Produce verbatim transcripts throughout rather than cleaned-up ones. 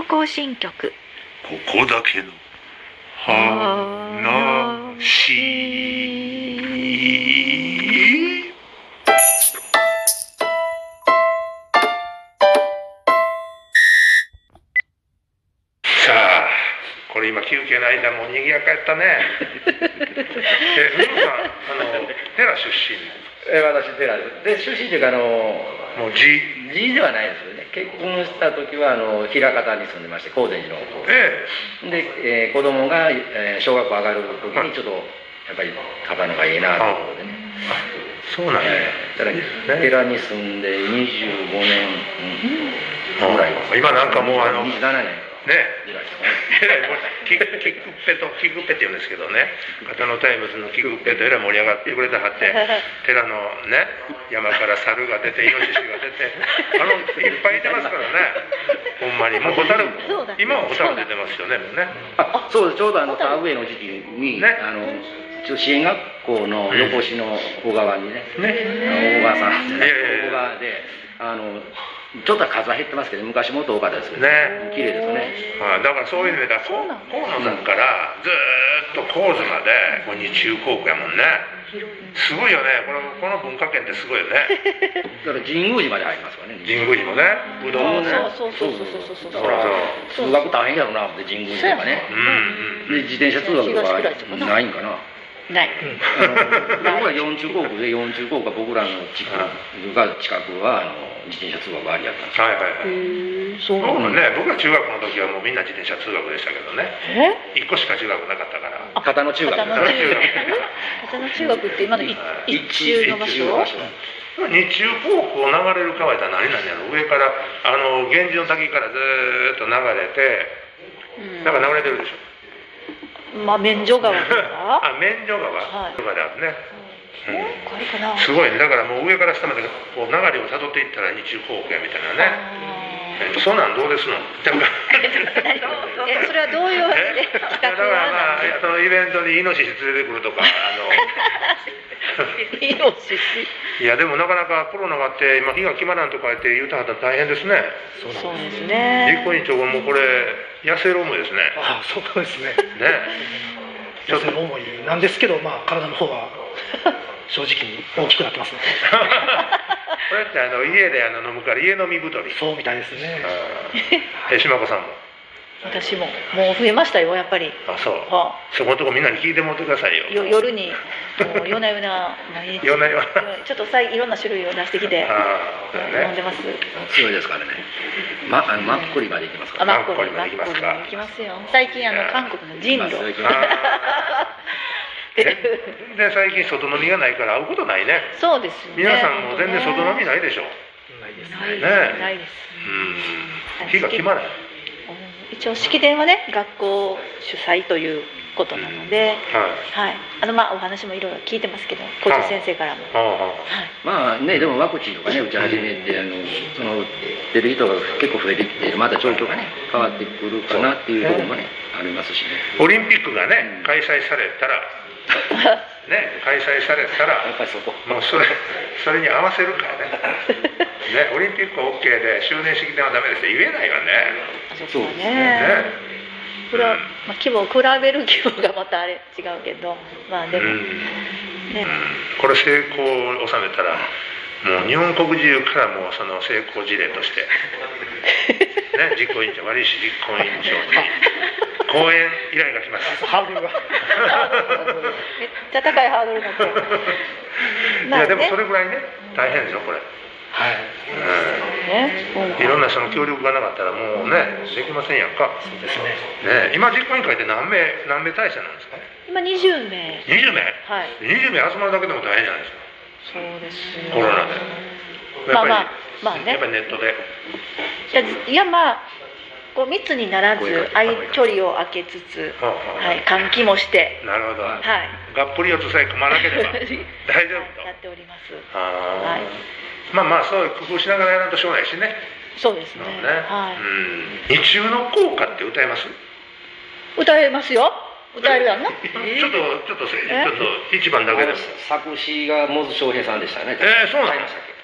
行進曲、 ここだけの話。さあ、これ今休憩の間も賑やかやったね。え、皆さん、あの寺出身？ え、私寺です。で、出身というか、あのもうじじではないですよね。結婚した時はあの枚方に住んでまして、高善寺の方ええで、えー、子供が、えー、小学校上がる時にちょっとやっぱり方のがいいなということでね。 そうなんや、 えー、ただ、ね、寺に住んでにじゅうごねんぐらい、 今なんかもうあのにじゅうななねんね、キクキクペとキクペって言うんですけどね、片野タイムズのキクペとえらい盛り上がってくれてはって、寺のね山から猿が出てイノシシが出て、あのいっぱいいてますからね。ほんまにもうホタル、今はホタル出てますよね。もうね。 あ、そうです。ちょうどあの田植えの時期に、ね、あのちょ支援学校の横市の小川にね、ね、小川さんじゃない、小川であの。ちょっと数は減ってますけど、昔もっと多かったですよね。綺麗ですね。 はい、だからそういう意味では河野さんからずーっと神津までこう日中高校やもんね。すごいよね。このこの文化圏ってすごいよね。 だから神宮寺まで入りますからね。 神宮寺もね、うどんもね。 そうそうそうそうそうそう。 だから通学大変やろなって神宮寺とかね。で自転車通学とかないんかな。 ない。 僕は四中高校で四中高校僕らの地区が近くはあの自転車通学ありやったんですよ。 はいはいはい。そう僕もね、僕が中学の時はもうみんな自転車通学でしたけどね。え？一個しか中学なかったから。 片野中学。 片野中学。片野中学って今の一中の場所？ 日中高校流れる川やったら何なんやろ。上からあの源氏の滝からずーっと流れて、なんか流れてるでしょ。 まあ免除川とかあ、免除川とかであるね。 これかな。 すごいね。だからもう上から下までこう流れをたどっていったら日中高校やみたいなね。そんなんどうですの？ え、それはどういう企画？ だからまあそのイベントにイノシシ連れてくるとか、あのイノシシ。いやでもなかなかコロナがあって今日が決まらんとか言って言うたはったら大変ですね。 そうですね。 実行委員長がもうこれ痩せる思いですね。 あ、そうですね。 ね。 痩せる思いなんですけど、まあ体の方は正直に大きくなってますね。 これってあの家であの飲むから家飲み太り。 そうみたいですね。 え、島子さんも。 私ももう増えましたよやっぱり。 あ、そう。はあ、そこのとこみんなに聞いてもらってくださいよ。 よ夜にもう夜な夜な毎日。 夜な夜な。 ちょっとさいろんな種類を出してきて、 ああ、ね、 飲んでます。 強いですからね。まあのマッコリまで行きますから。 マッコリまで行きますか。行きますよ。最近あの韓国のジンロ。 全然最近外飲みがないから会うことないね。 そうですね。 皆さんも全然外飲みないでしょ。 ないですね。ないです。 うん。日が決まらない。 一応式典はね学校主催ということなので、はい。あのまあお話もいろいろ聞いてますけど、校長先生からも。 まあね、でもワクチンとかね打ち始めてあのその出る人が結構増えてきて、また状況がね変わってくるかなっていうところもねありますしね。 オリンピックがね開催されたら。ね、開催されたらやっぱりそこもうそれそれに合わせるからね。ね、オリンピックは OK で周年式典はダメですって言えないわね。 そうですね。これは、まあ、規模を比べる規模がまたあれ違うけど、まあでも、うんね、うん、これ成功を収めたらもう日本国中からもその成功事例としてね、実行委員長、割石実行委員長に講演依頼が来ます。 ハードルがめっちゃ高いハードルになって、 まあね、いやでもそれぐらいね大変ですよこれ。 はい、 うん、いろんな人の協力がなかったらもうねできませんやんか。 そうですね。 ね、今実行委員会って何名何名体制なんですか？ 今にじゅうめい。 にじゅうめい？ はい。 にじゅうめい集まるだけでも大変じゃないですか。 そうですね。 コロナで。 まあまあまあね。 やっぱりネットで。 いやいやまあこう密にならず相距離を空けつつ、はい、換気もして。 なるほど。はい。 がっぷり四つさえ組まなければ大丈夫と。 やっております。 はい。まあまあそういう工夫しながらやらんとしょうがないしね。 そうですね。はい。 うん。日中の校歌って歌えます？ 歌えますよ。歌えるやんな。ちょっとちょっとちょっと一番だけでも。 作詞がモズ翔平さんでしたね。 ええ、そうなんです。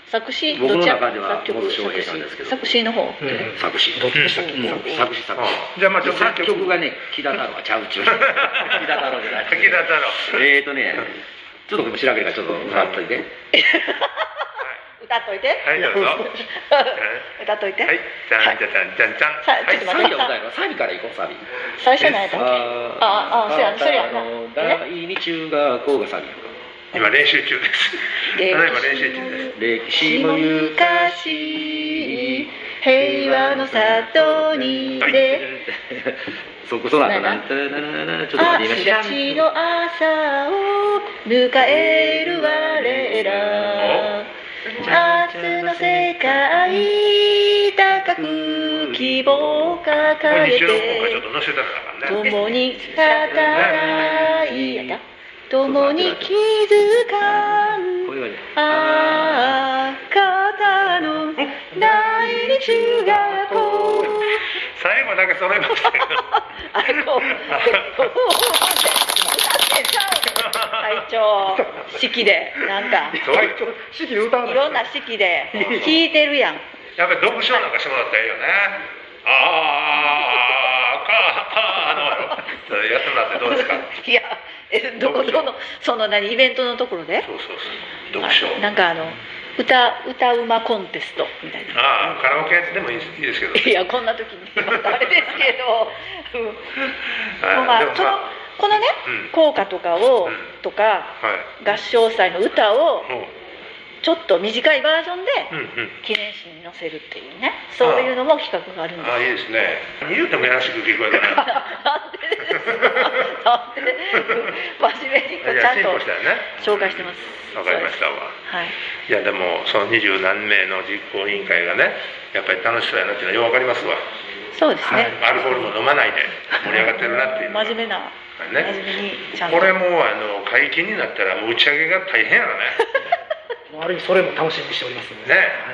作詞僕の中ではモズ翔平なんですけど、 作詞の方、 作詞どっちでしたっけ、作詞作詞。 じゃあまあ作曲がね木田太郎はちゃうちゅう。木田太郎じゃない。 木田太郎。 えーとねちょっと調べるからちょっと歌っといて。 歌っといて。 はいどうぞ。 歌っといて。 はい。じゃんじゃんじゃんじゃん。 さあちょっと待って。 サビからいこうサビ。 最初のやつ。あああそうやそれやな。 第二中学校がサビ。 今練習中です。ただいま練習中です。 歴史も昔平和の里にで。 そこそうなんだな。ちょっと待って今。 朝の朝を迎える我ら。明日の世界高く希望を掲げて共に働いやった共に気づかんあ方の第二中学校最後だけ揃いましたよあれこう会長式でなんか式で歌うのいろんな式で弾いてるやんやっぱり読書なんかしてもらったらいいよねあーかーのやってもらってどうですかいやえどこどのその何イベントのところでそうそうそう読書なんかあの歌歌うまコンテストみたいなああカラオケでもいいですけど、ね、 いやこんな時にまたあれですけど、うんまあ、そのこのね、うん、校歌とかを、うん、とか、はい、合唱祭の歌を、うんちょっと短いバージョンで記念誌に載せるっていうね、うんうん、そういうのも企画があるんです。 ああいいですね。言うてもやらしく聞こえるな。 なんでですか。なんで真面目にちゃんと紹介してます。 わかりましたわ。 はい。 いやでもその二十何名の実行委員会がね、やっぱり楽しそうやなっていうのはようわかりますわ。 そうですね。 はい、アルコールも飲まないで盛り上がってるなっていう。 真面目な。 ね、 真面目にちゃんと。 これもあの解禁になったらもう打ち上げが大変やろね。 ある意味それも楽しみにしておりますね。ね、はい、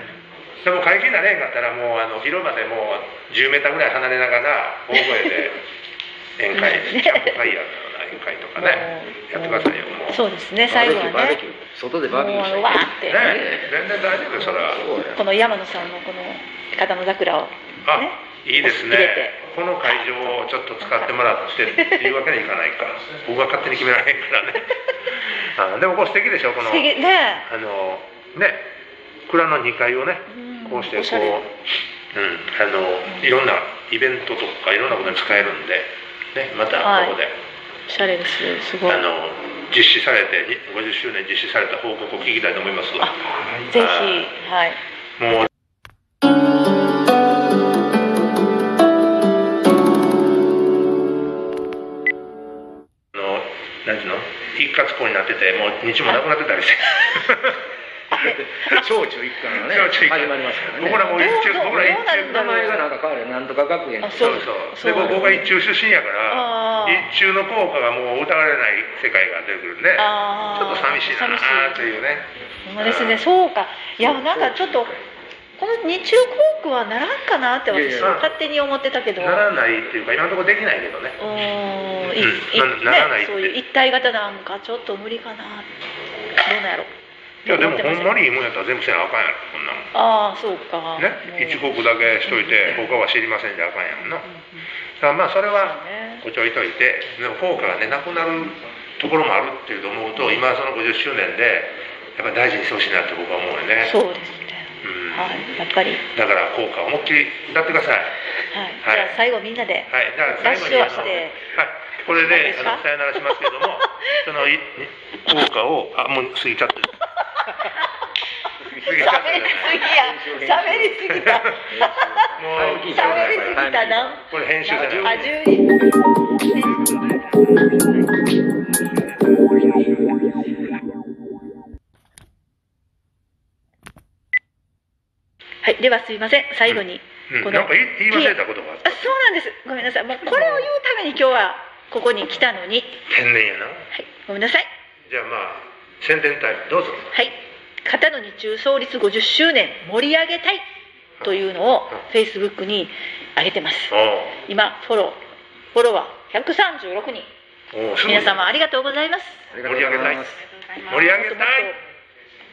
でも解禁になれんかったらもうあの広場でもうじゅうメーターぐらい離れながら大声で宴会キャンプファイヤーの宴会とかねやってくださいよ。もうそうですね。最後はね外でバーベキューしてわーってね全然大丈夫よそれは。 この山野さんのこの片野桜をねいいですね。この会場をちょっと使ってもらってっていうわけにはいかないか。僕は勝手に決められへんからね。あでもこう素敵でしょこの、 ね、 あのね蔵のにかいをねこうしてこう、うん、あのいろんなイベントとかいろんなことに使えるんで、ね、またここで、はい、 おしゃれですすごいあの実施されてごじゅっしゅうねん実施された報告を聞きたいと思いますわ。 ぜひはいもうなんていうの一括校になっててもう日もなくなってたりして小中一貫がね始まりますからね。 僕らもう一中僕ら一中名前がなんか変わるなんとか学園そうそうで僕が一中出身やから一中の校歌がもう歌われない世界が出てくるんでちょっと寂しいなっていうね。 そうですね。そうかいやなんかちょっとこの日中校区はならんかなって私は勝手に思ってたけどならないっていうか今のところできないけどねうん、ならないってそういう一体型なんかちょっと無理かなどうなんやろいやでもほんまにいいもんやったら全部せなあかんやろこんなもんああそうかね一国だけしといて他は知りませんじゃあかんやもんな、うんうん、だからまあそれはこちょいといてでも効果がねなくなるところもあるっていうと思うと今そのごじゅっしゅうねんでやっぱり大事にしてほしいなって僕は思うよね。 そうですねうん、はい、やっぱりだから効果を思いっきり歌ってください。 はい、はい、じゃあ最後みんなではいだから最後にあの、はい、これであのさよならしますけどもそのい効果をあもう過ぎちゃってる喋りすぎや喋りすぎたもう喋りすぎたなこれ編集じゃないあじゅうにはい、ではすいません最後に、 うんうん、このなんか言い忘れたことがあった。 あそうなんですごめんなさいもうこれを言うために今日はここに来たのに天然やな。 はいごめんなさい。 じゃあまあ宣伝タイムどうぞ。 はい片野日中創立ごじゅっしゅうねん盛り上げたいというのをフェイスブックに上げてます。今フォローフォロワーひゃくさんじゅうろくにん皆様ありがとうございます。 盛り上げたい盛り上げたい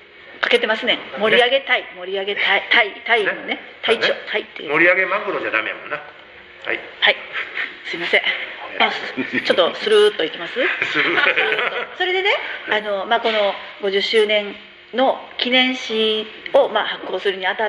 かけてますね。盛り上げたい、盛り上げたい、タイ、タイのね、タイチョ、タイっていう。 盛り上げマグロじゃダメやもんな。はい。 はい。すいません。あ、ちょっとスルーッといきます。 スルーッと。 それでね、あのまあこのごじゅっしゅうねんの記念誌をまあ発行するにあたって、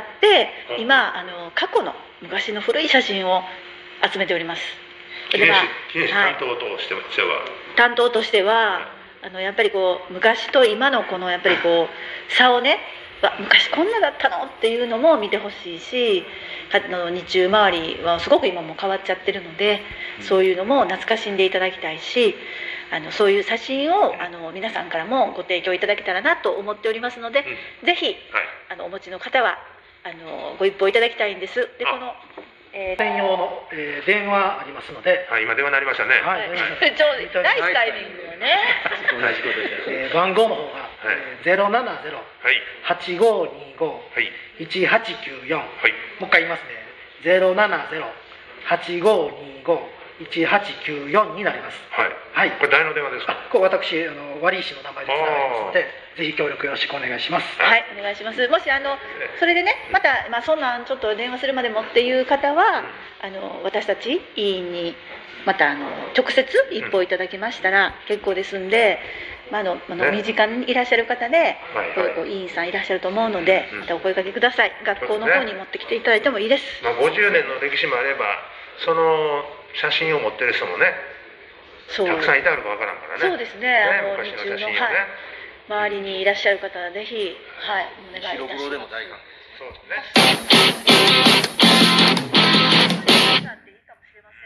今あの過去の昔の古い写真を集めております。 記念誌、記念誌担当としては、はい、 担当としてはあのやっぱりこう昔と今のこのやっぱりこう差をね、昔こんなだったのっていうのも見てほしいし、あの日中周りはすごく今も変わっちゃってるので、そういうのも懐かしんでいただきたいし、あのそういう写真をあの皆さんからもご提供いただけたらなと思っておりますので、うん、ぜひ、はい、あのお持ちの方はあのご一報いただきたいんです。でこのえー、専用の、えー、電話ありますので、 はい、今電話になりましたね。 はい、はい、ちょナイスタイミングよね。 同じことで、 えー、番号の方が、はい、ゼロななゼロ はちごにご いちはちきゅうよん、はい、もう一回言いますね。ゼロななゼロ はちごにご いちはちきゅうよんになります。 はい。はい、これ誰の電話ですか？ これ私あの割井氏の名前でつながりますので、ぜひ協力よろしくお願いします。 はい、お願いします。もしあのそれでね、またまあそんなんちょっと電話するまでもっていう方は、あの私たち委員にまたあの直接一報いただきましたら結構ですんで、まあ、あのあの身近にいらっしゃる方で、こうこう委員さんいらっしゃると思うので、またお声掛けください。学校の方に持ってきていただいてもいいです。 まあ、ごじゅうねんの歴史もあれば、その写真を持ってる人もね、たくさんいたのかわからんからね。 そうですね。ね、あの昔の写真をね、はい、周りにいらっしゃる方はぜひ、はい、お願いいたします。 白黒でも大学。 そうですね。